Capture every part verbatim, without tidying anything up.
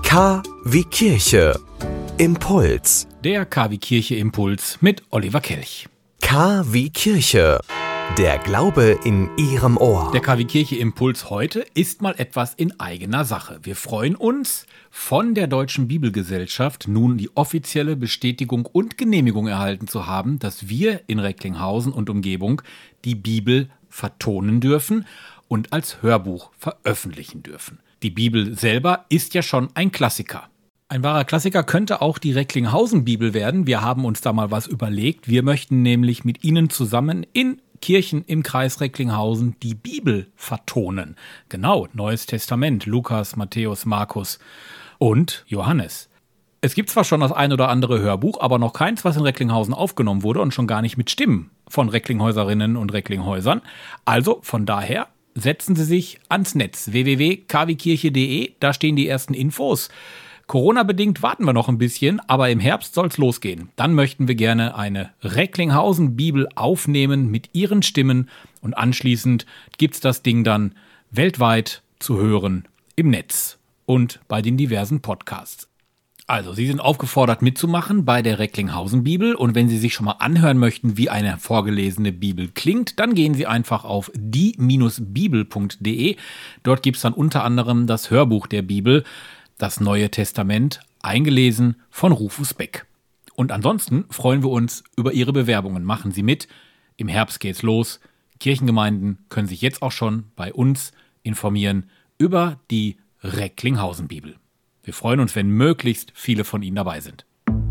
K wie Kirche. Impuls. Der K wie Kirche Impuls mit Oliver Kelch. K wie Kirche. Der Glaube in Ihrem Ohr. Der K wie Kirche Impuls heute ist mal etwas in eigener Sache. Wir freuen uns, von der Deutschen Bibelgesellschaft nun die offizielle Bestätigung und Genehmigung erhalten zu haben, dass wir in Recklinghausen und Umgebung die Bibel vertonen dürfen und als Hörbuch veröffentlichen dürfen. Die Bibel selber ist ja schon ein Klassiker. Ein wahrer Klassiker könnte auch die Recklinghausen-Bibel werden. Wir haben uns da mal was überlegt. Wir möchten nämlich mit Ihnen zusammen in Kirchen im Kreis Recklinghausen die Bibel vertonen. Genau, Neues Testament, Lukas, Matthäus, Markus und Johannes. Es gibt zwar schon das ein oder andere Hörbuch, aber noch keins, was in Recklinghausen aufgenommen wurde und schon gar nicht mit Stimmen von Recklinghäuserinnen und Recklinghäusern. Also von daher setzen Sie sich ans Netz w w w punkt k wie kirche punkt d e, da stehen die ersten Infos. Corona-bedingt warten wir noch ein bisschen, aber im Herbst soll es losgehen. Dann möchten wir gerne eine Recklinghausen-Bibel aufnehmen mit Ihren Stimmen und anschließend gibt's das Ding dann weltweit zu hören im Netz und bei den diversen Podcasts. Also, Sie sind aufgefordert mitzumachen bei der Recklinghausen-Bibel und wenn Sie sich schon mal anhören möchten, wie eine vorgelesene Bibel klingt, dann gehen Sie einfach auf die Bindestrich bibel punkt d e. Dort gibt's dann unter anderem das Hörbuch der Bibel, das Neue Testament, eingelesen von Rufus Beck. Und ansonsten freuen wir uns über Ihre Bewerbungen. Machen Sie mit. Im Herbst geht's los. Kirchengemeinden können sich jetzt auch schon bei uns informieren über die Recklinghausen-Bibel. Wir freuen uns, wenn möglichst viele von Ihnen dabei sind.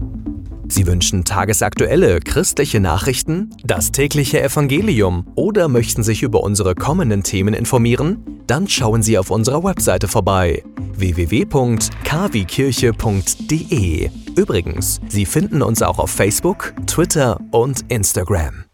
Sie wünschen tagesaktuelle christliche Nachrichten, das tägliche Evangelium oder möchten sich über unsere kommenden Themen informieren? Dann schauen Sie auf unserer Webseite vorbei w w w punkt k wie kirche punkt d e. Übrigens, Sie finden uns auch auf Facebook, Twitter und Instagram.